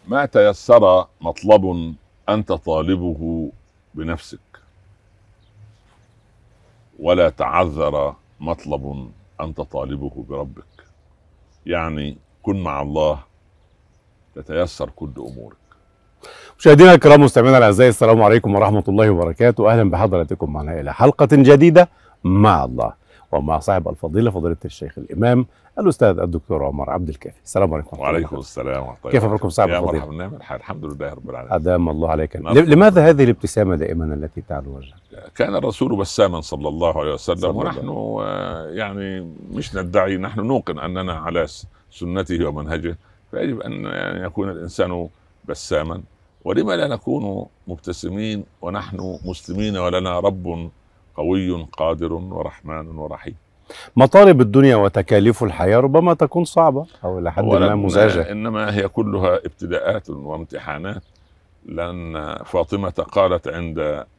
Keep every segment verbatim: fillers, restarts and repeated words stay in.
ما تيسر مطلب أنت طالبه بنفسك، ولا تعذر مطلب أنت طالبه بربك. يعني كن مع الله تتيسر كل أمورك. مشاهدينا الكرام مستمعينا الاعزاء، السلام عليكم ورحمه الله وبركاته. اهلا بحضراتكم معنا الى حلقه جديده مع الله ومع صاحب الفضيله فضيله الشيخ الامام الاستاذ الدكتور عمر عبد الكافي. السلام عليكم. وعليكم السلام ورحمه الله. كيف حالكم صاحب الفضيله؟ يا مرحبا، نعم الحال، الحمد لله رب العالمين. ادام الله عليك. لماذا هذه الابتسامه دائما التي تعلو وجهك؟ كان الرسول بساما صلى الله عليه وسلم، ونحن يعني مش ندعي، نحن نوقن اننا على سنته ومنهجه، فيجب ان يكون الانسان بساما. ولما لا نكون مبتسمين ونحن مسلمين ولنا رب قوي قادر ورحمن ورحيم؟ مطالب الدنيا وتكاليف الحياة ربما تكون صعبة أو إلى حد ما مزعجة، إنما هي كلها ابتلاءات وامتحانات. لأن فاطمة قالت عند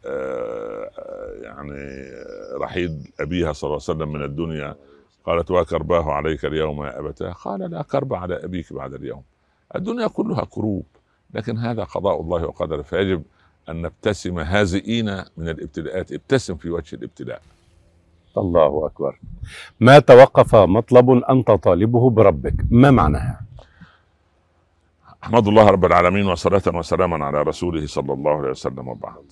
يعني رحيل أبيها صلى الله عليه وسلم من الدنيا، قالت: وكرباه عليك اليوم يا أبتاه؟ قال: لا كرب على أبيك بعد اليوم. الدنيا كلها كروب، لكن هذا قضاء الله وقدره، فيجب أن نبتسم هازئين من الابتلاءات. ابتسم في وجه الابتلاء. الله أكبر. ما توقف مطلب أنت طالبه بربك، ما معناها؟ أحمد الله رب العالمين وصلاة وسلاما على رسوله صلى الله عليه وسلم، وبعد.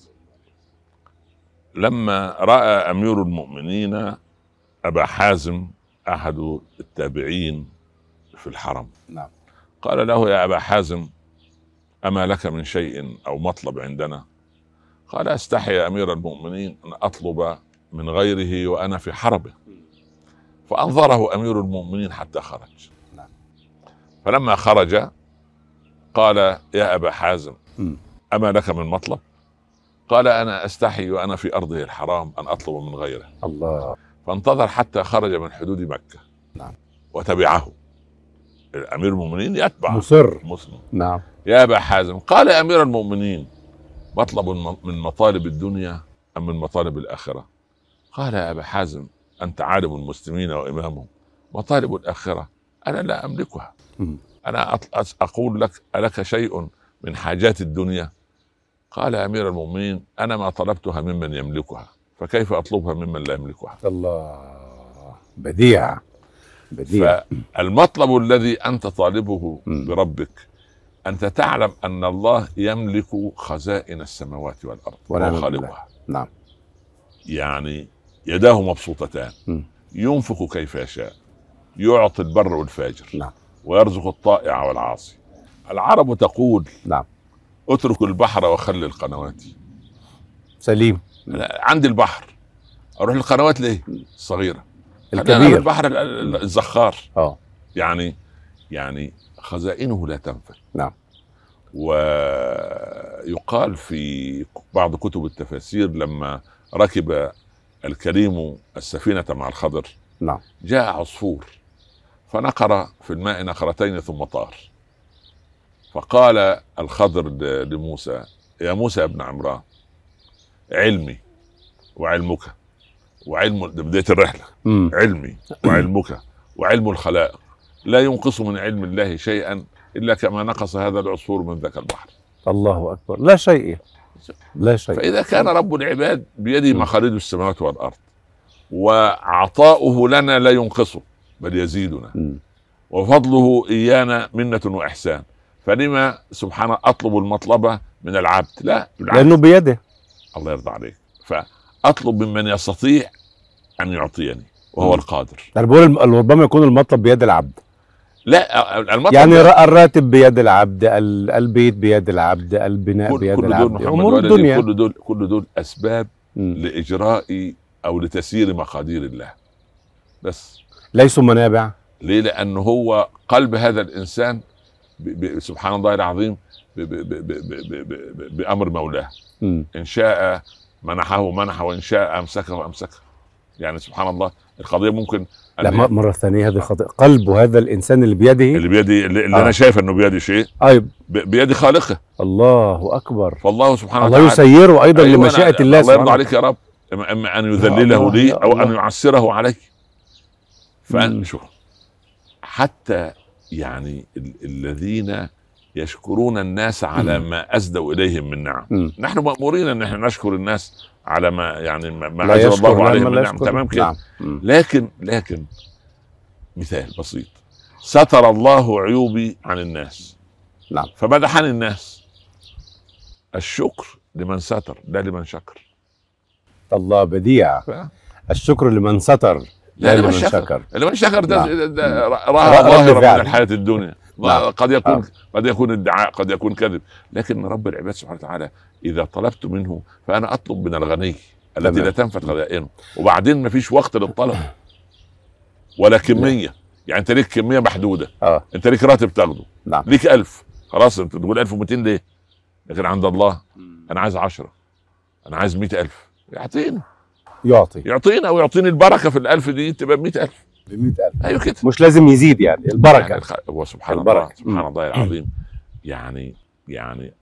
لما رأى أمير المؤمنين أبا حازم أحد التابعين في الحرم، نعم، قال له: يا أبا حازم، أما لك من شيء أو مطلب عندنا؟ قال: أستحي يا أمير المؤمنين أن أطلب من غيره وأنا في حربه. فأنظره أمير المؤمنين حتى خرج. فلما خرج قال: يا أبا حازم، أما لك من مطلب؟ قال: أنا أستحي وأنا في أرضه الحرام أن أطلب من غيره. الله. فانتظر حتى خرج من حدود مكة. نعم. وتبعه أمير المؤمنين، يتبع مصر مسلم. نعم. يا أبا حازم، قال يا أمير المؤمنين: مطلب من مطالب الدنيا أم من مطالب الآخرة؟ قال: يا أبا حازم، أنت عالم المسلمين وإمامهم، مطالب الآخرة أنا لا أملكها. م. أنا أقول لك: ألك شيء من حاجات الدنيا؟ قال: يا أمير المؤمنين، أنا ما طلبتها ممن يملكها، فكيف أطلبها ممن لا يملكها؟ الله، بديع بديع. فالمطلب الذي أنت طالبه م. بربك، أنت تعلم أن الله يملك خزائن السماوات والأرض وهو خالقها. نعم. يعني يداه مبسوطتان، م. ينفق كيف يشاء، يعطي البر والفاجر. نعم. ويرزق الطائع والعاصي. العرب تقول: نعم، اترك البحر وخلي القنوات. سليم. عندي البحر، اروح للقنوات ليه؟ الصغيره، الكبير، البحر الزخار. اه يعني يعني خزائنه لا تنفد. نعم. ويقال في بعض كتب التفاسير: لما ركب الكريم السفينة مع الخضر، نعم، جاء عصفور فنقر في الماء نقرتين ثم طار. فقال الخضر لموسى: يا موسى يا ابن عمران، علمي وعلمك وعلم، بداية الرحلة، م. علمي وعلمك وعلم الخلائق لا ينقص من علم الله شيئا إلا كما نقص هذا العصفور من ذاك البحر. الله أكبر. لا شيء لا شيء. فإذا كان رب العباد بيده مخاليد السماوات والأرض، وعطاؤه لنا لا ينقصه بل يزيدنا، م. وفضله إيانا منة وإحسان، فلما سبحانه أطلب المطلبة من العبد؟ لا، لأنه بيده. الله يرضى عليك. فأطلب ممن يستطيع أن يعطيني وهو م. القادر. أنا بقول ربما يكون المطلب بيد العبد. لا، المطلب يعني الراتب بيد العبد، البيت بيد العبد، البناء كل بيد كل العبد، دول أمور الدنيا، كل دول كل دول أسباب م. لإجراء أو لتسيير مقادير الله، بس ليسوا منابع. ليه؟ لأنه هو قلب هذا الإنسان ب ب سبحان الله العظيم ب ب ب ب ب ب بأمر مولاه. م. إن شاء منحه منحه، وإن شاء أمسكه أمسكه. يعني سبحان الله القضية ممكن لا، مرة ثانية هذه خطأ. قلب هذا الإنسان اللي بيده، اللي بيدي اللي, اللي آه. أنا شايف إنه بيدي شيء، أيوة، بيد خالقه. الله أكبر. فالله سبحانه الله وتعالى الله يسيره أيضا أيوة لمشيئة الله. الله يرضى عليك يا رب، إما أن يذلله لي أو أن يعسره علي. فشوف حتى يعني ال الذين يشكرون الناس على ما اسدوا اليهم من نعم. مم. نحن مامورين ان احنا نشكر الناس على ما يعني ما لا أجر يشكر الله عليهم من من لا نعم. يشكر. تمام كده. نعم. مم. لكن لكن مثال بسيط، ستر الله عيوبي عن الناس. نعم. فمدحني الناس. الشكر لمن ستر لا لمن شكر. الله بديع. ف... الشكر لمن ستر لا, لا لمن لمن شكر. شكر. لمن شكر ده, نعم. ده رد راها ظاهرة من فعل. الحياة الدنيا. نعم. قد يكون آه. قد يكون ادعاء، قد يكون كذب، لكن رب العباد سبحانه وتعالى إذا طلبت منه فأنا أطلب من الغني التي تمام. لا تنفد خزائنه. وبعدين ما فيش وقت للطلب ولا كمية. يعني أنت ليك كمية محدودة. اه أنت ليك راتب تاخده، نعم. ليك ألف، خلاص أنت تقول ألف ومئتين ليه؟ لكن عند الله أنا عايز عشرة، أنا عايز مئة ألف، يعطيني يعطي يعطيني أو يعطيني البركة في الألف دي تبقى مئة ألف. ب مئة ألف. أيوه كده. مش لازم يزيد يعني البركه. يعني الخ... هو سبحان البركة. الله سبحان الله العظيم. يعني يعني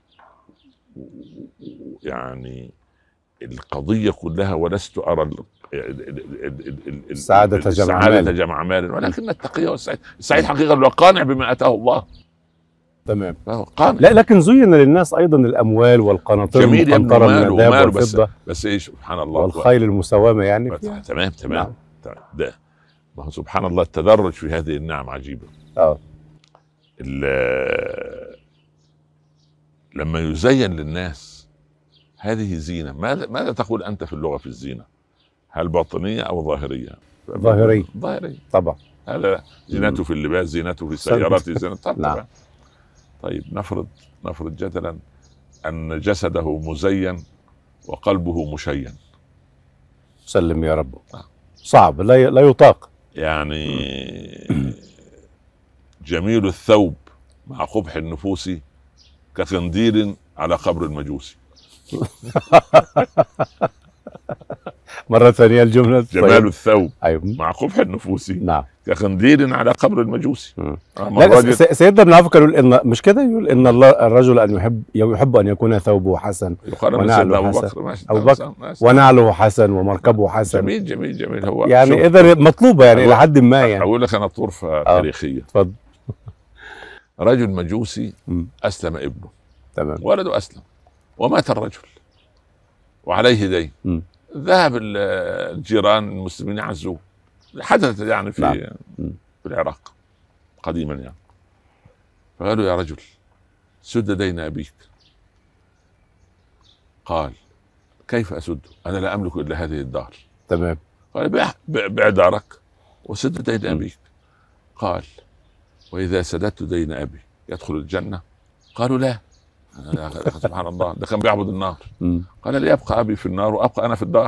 يعني القضية كلها ولست أرى ال... ال... ال... ال... ال... السعادة جمع السعادة مال. جمع مال، ولكن التقي والسعيد. السعيد حقيقة اللي هو قانع بما أتاه الله. تمام. فهو قانع. لا لكن زين للناس ايضا الاموال والقناطير جميل يا ابني، المقنطره من وماله الذهب وماله، بس والفضه بس ايش سبحان الله والخيل المسومه يعني بس- فيها. تمام تمام نعم. تمام. ده ما هو سبحان الله التدرج في هذه النعم عجيبة. اه ال- لما يزين للناس هذه زينة، ماذا ماذا تقول أنت في اللغة في الزينة؟ هل باطنية أو ظاهرية؟ ظاهرية. ظاهرية. طبعا. هذا زينته في اللباس، زينته في السيارات، زينته طبعا. نعم. طيب نفرض نفرض جدلا أن جسده مزين وقلبه مشين. سلم يا رب. آه. صعب، لا ي- لا يطاق. يعني جميل الثوب مع قبح النفوس كخندير على قبر المجوسي. مرة ثانية الجملة. جمال طيب. الثوب ايوه. مع قبح النفوس نعم. كخندير على قبر المجوسي. مم. آه، لا الراجل- س- سيدنا ابن عفو يقول ان مش كده، يقول ان الله الرجل ان يحب يحب ان يكون ثوبه حسن يقال ونعله سيدنا ابو حسن. بكر. ماشي. أبو بكر. ماشي. ونعله حسن ومركبه حسن. جميل جميل جميل. هو يعني شوف، اذا مطلوبة يعني هو- الى حد ما يعني. اقول لك انا طرفه آه. تاريخيه. اتفضل. رجل مجوسي مم. اسلم ابنه، تمام. ولده اسلم ومات الرجل وعليه دين. مم. ذهب ال- الجيران المسلمين يعزوه. حدثت يعني في نعم. مم. في العراق قديما يعني. فقالوا يا رجل سد دين ابيك. قال كيف اسده؟ انا لا املك الا هذه الدار. تمام. قال بيع بيع بيع دارك وسد دين م. ابيك. قال واذا سددت دين ابي يدخل الجنه؟ قالوا لا. أنا- سبحان الله، ده كان بيعبد النار. مم. قال لي ابقى ابي في النار وابقى انا في الدار.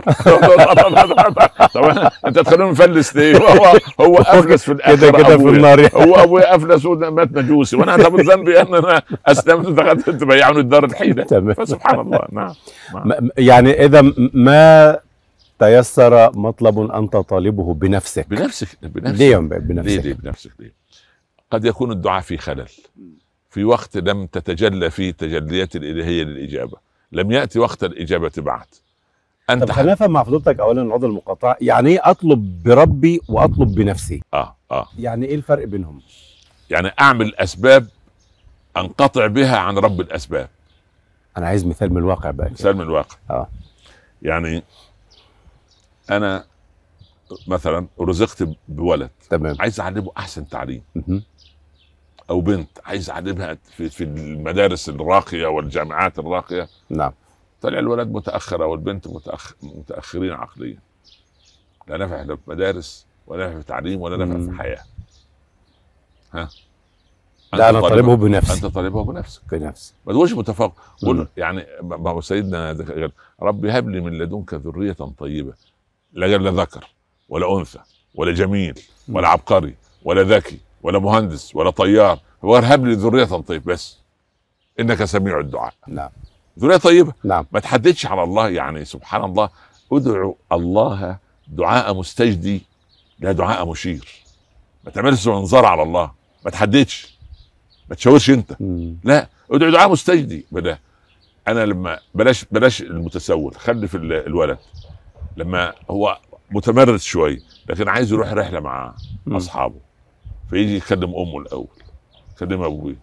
طبعا انت تخلوني مفلس ليه؟ هو هو افلس في الاخر. كده كده في أبويا. النار يعني. هو ابويا افلس ومات مجوسي، وانا طب ذنبي ان انا اسلمت دخلت تبيعني الدار الحيله. تمام. فسبحان الله. نعم. نعم. م- يعني اذا م- ما تيسر مطلب انت طالبه بنفسك. بنفسك بنفسك ليه بنفسك؟ ليه ليه بنفسك ليه؟ قد يكون الدعاء فيه خلل في وقت لم تتجلى فيه التجليات الالهيه للاجابه، لم ياتي وقت الاجابه بعد. انت طب خلينا نفهم مع فضيلتك اولا العذر المقاطعه، يعني ايه اطلب بربي واطلب بنفسي؟ اه اه يعني ايه الفرق بينهم؟ يعني اعمل اسباب انقطع بها عن رب الاسباب. انا عايز مثال من الواقع بقى كده. مثال من الواقع. اه يعني انا مثلا رزقت بولد تمام. عايز اعلمه احسن تعليم، مهم. او بنت عايز اعلمها في, في المدارس الراقيه والجامعات الراقيه. نعم. طلع الولد متاخر او البنت متأخ... متاخرين عقليا، لا نفع لا في مدارس ولا نفع في تعليم ولا نفع مم. في حياه. ها لا انا طالبه- طالبه بنفسي. انت طالبه بنفسك. بنفسي. ما تقولش متفوق. مم. قول يعني ما هو سيدنا ذك- ربي هب لي من لدنك ذريه طيبه، لا لا ذكر ولا انثى ولا جميل ولا عبقري ولا ذكي ولا مهندس ولا طيار، هو هب لي ذريه طيبه بس، انك سميع الدعاء. نعم. ذريه طيبه. نعم. ما تحددش على الله، يعني سبحان الله ادعو الله دعاء مستجدي لا دعاء مشير. ما تعملش منظر على الله، ما تحددش، ما تشاورش انت، مم. لا ادعو دعاء مستجدي. بلا انا لما بلاش بلاش المتسول، خلي في ال- الولد لما هو متمرد شويه لكن عايز يروح رحله مع مم. اصحابه، فيجي يكلم امه الاول، يكلم ابوه،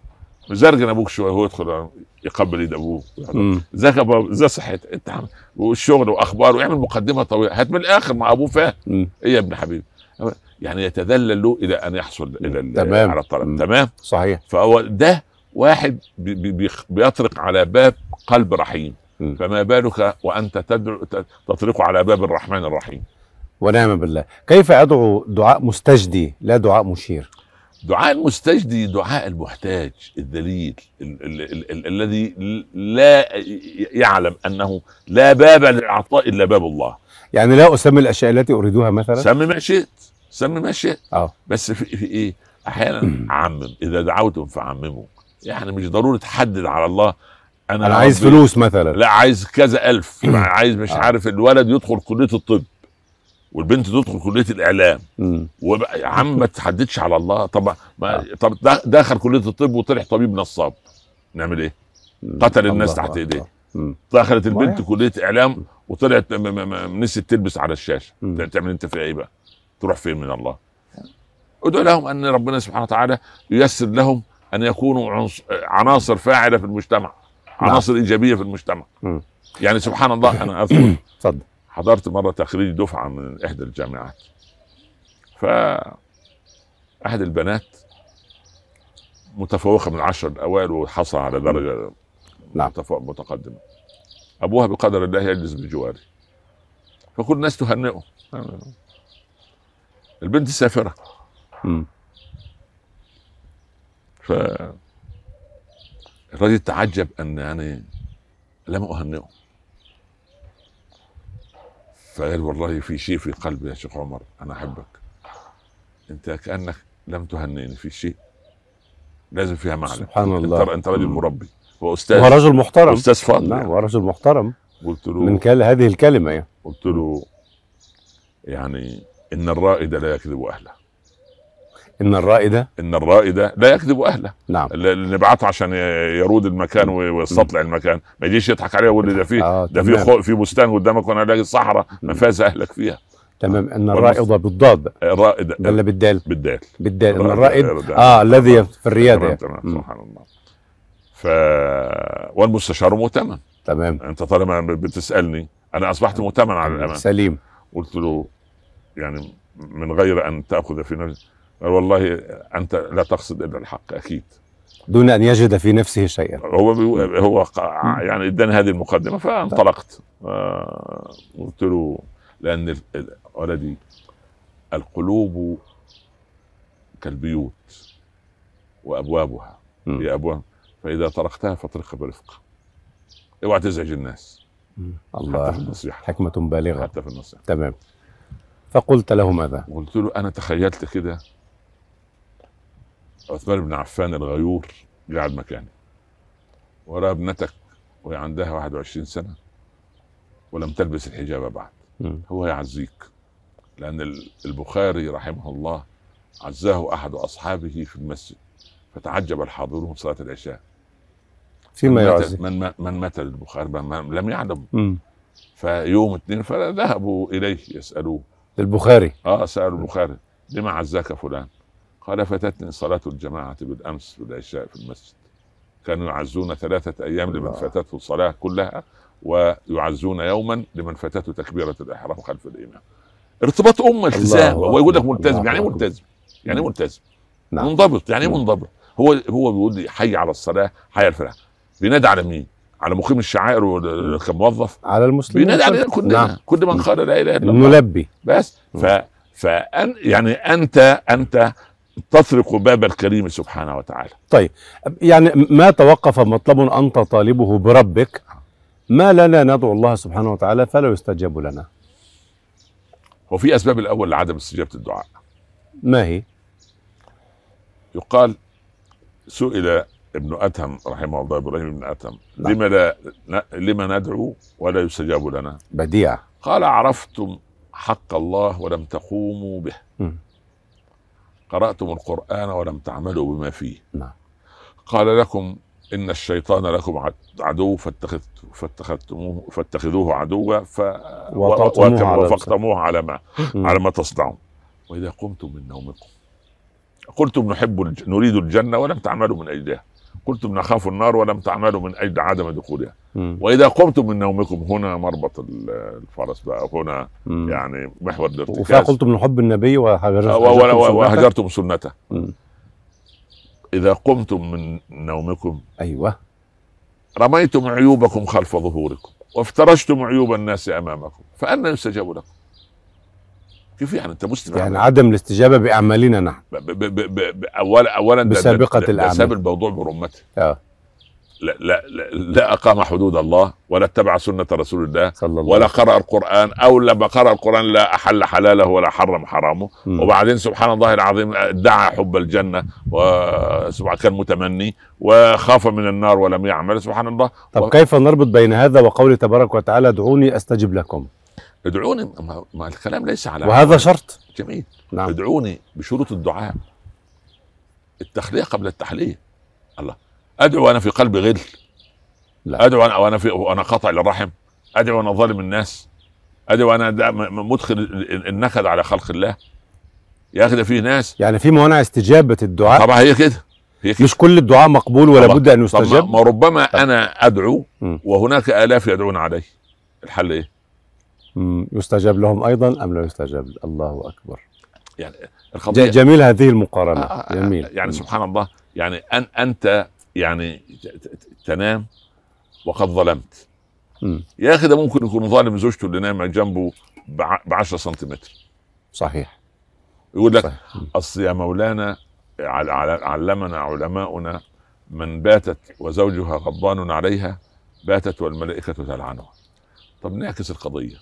مزرجن ابوك شويه، هو يدخل يقبل ايد ابوه، مم. ازيك يا بابا، ازاي صحتك انت عامل، والشغل واخبار، ويعمل مقدمه طويله، هات من الاخر مع ابوه فاهم. مم. ايه يا ابن حبيبي، يعني يتذلل له الى ان يحصل الى ال- تمام. على الطلب. مم. تمام. صحيح. فهو ده واحد بي بي بي- بيطرق على باب قلب رحيم، مم. فما بالك وانت تدعو ت- تطرق على باب الرحمن الرحيم. ونعم بالله. كيف أدعو دعاء مستجدي لا دعاء مشير؟ دعاء المستجدي دعاء المحتاج الذليل ال- ال- ال- ال- الذي لا يعلم انه لا باب للعطاء الا باب الله. يعني لا أسمي الأشياء التي أريدها مثلا؟ سمي ما شئت، سمي ما شئت، اه بس في, في ايه، احيانا عمم، اذا دعوتم فعمموا، يعني مش ضروري تحدد على الله. انا, أنا عايز ربي- فلوس مثلا. لا عايز كذا الف، عايز مش آه. عارف الولد يدخل كليه الطب والبنت تدخل كليه الاعلام، مم. وبقى يا عم ما تحددش على الله. طب ما آه. طب د- دخل كليه الطب وطلع طبيب نصاب، نعمل ايه؟ مم. قتل الناس الله تحت أكبر. ايديه. مم. دخلت البنت صحيح. كليه اعلام وطلعت م- م- م- نسيت تلبس على الشاشه، مم. تعمل انت فيها ايه بقى؟ تروح فين من الله؟ ادعو لهم ان ربنا سبحانه وتعالى ييسر لهم ان يكونوا عنص- عناصر فاعله في المجتمع، عناصر ايجابيه في المجتمع. مم. يعني سبحان الله، انا اذكر اتفضل. حضرت مره تخريج دفعه من احدى الجامعات، ف احد البنات متفوقه من العشر الاوائل وحصل على درجه نعم. متف- متقدمه، ابوها بقدر الله يجلس بجواري، فكل الناس تهنئه. البنت سافره، مم. ف الراجل تعجب ان يعني لم اهنئه، فقال والله في شيء في قلبي يا شيخ عمر، انا احبك، انت كانك لم تهنئني في شيء لازم فيها معنى. سبحان الله. انت انت راجل مم. مربي واستاذ، هو رجل محترم. استاذ فاضل نعم، يعني. هو رجل محترم قلت له من كل هذه الكلمة يعني. قلت له يعني ان الرائد لا يكذب اهله، إن الرائد ان الرائد لا يكذب اهله، نعم. اللي نبعته عشان يرود المكان ويستطلع المكان، ما يجيش يضحك عليه ويقول لي ده فيه آه ده في تمام. خو- في بستان قدامك وانا الاقي الصحراء مفاز اهلك فيها. تمام. إن والمس- الرائد بالضاد الرائد ولا بالدال؟ بالدال، بالدال. إن الرائد- الرائد الرائد- اه الذي في الريادة تمام يعني. تمام مم. سبحان الله. ف والمستشار مؤتمن، تمام. انت طالما بتسالني انا اصبحت مؤتمن على الامانه. سليم. قلت له يعني من غير ان تاخذ في نفسك، قال والله انت لا تقصد الا الحق اكيد. دون أن يجد في نفسه شيئا. هو بيقول- هو قا- يعني اداني هذه المقدمه فانطلقت. آه، قلت له لان ال- ال- ولدي القلوب كالبيوت وابوابها مم. هي ابواب، فاذا طرقتها فاطرقها برفق، اوعى تزعج الناس. مم. حتى في الله. النصيحه، حكمة بالغة. حتى في النصيحه. تمام. فقلت له ماذا؟ قلت له انا تخيلت كده عثمان بن عفان الغيور قاعد مكاني ورا ابنتك وهي عندها واحد وعشرين سنه ولم تلبس الحجاب بعد، مم. هو يعزيك. لان ال- البخاري رحمه الله عزاه احد اصحابه في المسجد فتعجب الحاضرون صلاه العشاء، فيما من مات- يعزي. من ما- من مات للبخاري من لم يعلم. مم. فيوم اثنين فذهبوا اليه يسالوه، للبخاري. اه سالوا البخاري لما عزاك فلان؟ قال فاتتني صلاه الجماعه بالامس في العشاء في المسجد، كانوا يعزون ثلاثه ايام لمن الله. فاتته الصلاه كلها، ويعزون يوما لمن فاتته تكبيره الاحرام خلف الامام. ارتباط امه التزام. الله هو يقول لك أكبر. ملتزم، الله يعني ايه أكبر. ملتزم؟ يعني ايه ملتزم؟ نعم. منضبط، يعني ايه مم. منضبط؟ هو هو بيقول لي حي على الصلاه، حي على الفلاح، بينادي على مين؟ على مقيم الشعائر وال- كموظف؟ على المسلمين. بينادي علينا كلنا. نعم. كل من قال لا اله الا الله نلبي. بس. ف فأن يعني انت انت تطرق باب الكريم سبحانه وتعالى. طيب، يعني ما توقف مطلب أنت طالبه بربك ما لنا ندعو الله سبحانه وتعالى فلا يستجاب لنا؟ وفي اسباب الاول لعدم استجابه الدعاء. ما هي؟ يقال سئل ابن ادهم رحمه الله، ابراهيم بن ادهم، نعم. لما لا ن- لما ندعو ولا يستجاب لنا؟ بديع. قال عرفتم حق الله ولم تقوموا به، مم. قرأتم القرآن ولم تعملوا بما فيه. نعم. قال لكم إن الشيطان لكم عد- عدو فاتخذت فاتخذتموه فاتخذوه عدوا ف وطأتموه على وفقتموه على ما مم. على ما تصنعون. وإذا قمتم من نومكم قلتم نحب الج... نريد الجنة ولم تعملوا من أجلها، قلتم نخاف النار ولم تعملوا من اجل عدم دخولها. مم. واذا قمتم من نومكم، هنا مربط الفرس بقى، هنا مم. يعني محور الارتكاز. وفيها قلتم من حب النبي وهجرتم وهجرتم سنته. مم. اذا قمتم من نومكم ايوه رميتم عيوبكم خلف ظهوركم وافترشتم عيوب الناس امامكم، فأنا يستجاب لكم. كيف يعني انت مسلم؟ يعني عدم الاستجابه باعمالنا نحن، ب ب ب ب ب اولا اولا بسابقه الاعمال، ساب الموضوع برمته. اه لا, لا لا لا اقام حدود الله، ولا اتبع سنه رسول الله، صلى الله ولا قرأ القرآن، او لما قرأ القرآن لا احل حلاله ولا حرم حرامه. م. وبعدين سبحان الله العظيم ادعى حب الجنه، وسبحان كان متمني، وخاف من النار ولم يعمل. سبحان الله. طب و... كيف نربط بين هذا وقوله تبارك وتعالى ادعوني استجب لكم؟ ادعوني، ما, ما الكلام ليس على وهذا شرط. جميل. نعم. ادعوني بشروط الدعاء، التخلية قبل التحلية. الله، ادعو وانا في قلبي غل؟ لا. ادعو وانا وانا في وانا قاطع للرحم؟ ادعو وانا ظالم الناس؟ ادعو وانا مدخل النكد على خلق الله؟ يا اخي ده في ناس يعني في موانع استجابه الدعاء. طبعا هي كده، هي كده. مش كل الدعاء مقبول ولا بد ان يستجاب. ما ربما انا ادعو م. وهناك الاف يدعون علي، الحل ايه؟ م. يستجاب لهم ايضا ام لا يستجاب؟ الله اكبر. يعني القضية جميل هذه المقارنه. آه آه جميل. يعني م. سبحان الله. يعني أن انت يعني تنام وقد ظلمت. م. يا اخي ده ممكن يكون ظالم زوجته اللي نايمه جنبه ب عشرة سنتيمتر. صحيح. يقول لك صحيح. اصل يا مولانا علمنا علماؤنا من باتت وزوجها غضبان عليها باتت والملائكه تلعنها. طب نعكس القضيه،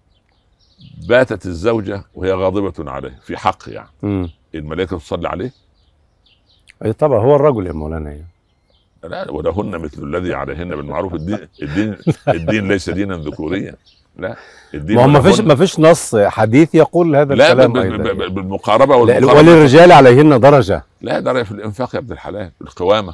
باتت الزوجه وهي غاضبه عليه في حق، يعني م. الملائكه تصلي عليه؟ اي طبعا، هو الرجل يا مولانا يعني. لا، ولهن مثل الذي عليهن بالمعروف. الدين الدين الدين ليس دينا ذكوريا، لا الدين ما هو ما فيش ما فيش نص حديث يقول هذا لا الكلام. لا بالمقاربه والمقاربه. وللرجال عليهن درجه. لا درجه في الانفاق يا ابن الحلال، القوامه.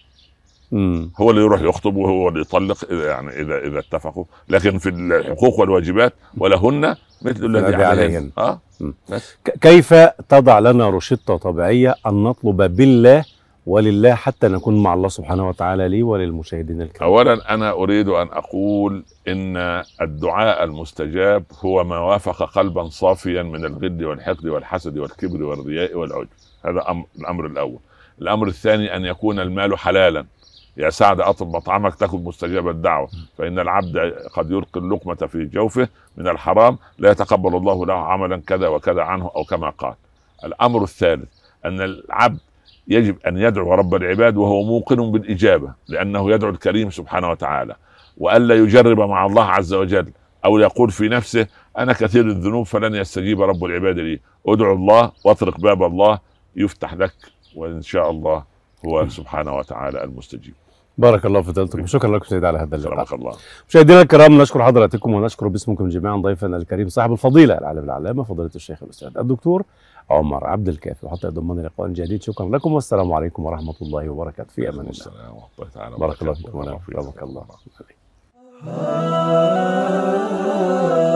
مم. هو اللي يروح يخطب وهو اللي يطلق، يعني اذا اذا اتفقوا. لكن في الحقوق والواجبات ولهن مثل الذي عليهن. اه بس. كيف تضع لنا روشته طبيعيه ان نطلب بالله ولله حتى نكون مع الله سبحانه وتعالى لي وللمشاهدين الكرام؟ اولا انا اريد ان اقول ان الدعاء المستجاب هو ما وافق قلبا صافيا من الغل والحقد والحسد والكبر والرياء والعجب. هذا أمر الامر الاول. الامر الثاني ان يكون المال حلالا. يا سعد اطب مطعمك تكن مستجاب الدعوه، فان العبد قد يلقي اللقمه في جوفه من الحرام لا يتقبل الله له عملا كذا وكذا عنه، او كما قال. الامر الثالث ان العبد يجب ان يدعو رب العباد وهو موقن بالاجابه، لانه يدعو الكريم سبحانه وتعالى، والا يجرب مع الله عز وجل، او يقول في نفسه انا كثير الذنوب فلن يستجيب رب العباد لي. ادعو الله واطرق باب الله يفتح لك، وان شاء الله هو سبحانه وتعالى المستجيب. بارك الله في فضيلتكم، شكرا لكم سيدي على هذا اللقاء. سلامك الله. مشاهدينا الكرام، نشكر حضراتكم ونشكر باسمكم جميعا ضيفنا الكريم صاحب الفضيله العالم العلامه فضيله الشيخ الاستاذ الدكتور عمر عبد الكافي، وحتى يضمن لقاء جديد. شكرا لكم والسلام عليكم ورحمه الله وبركاته. في امان الله. السلام ورحمه الله تعالى. بارك الله فيكم. بارك الله.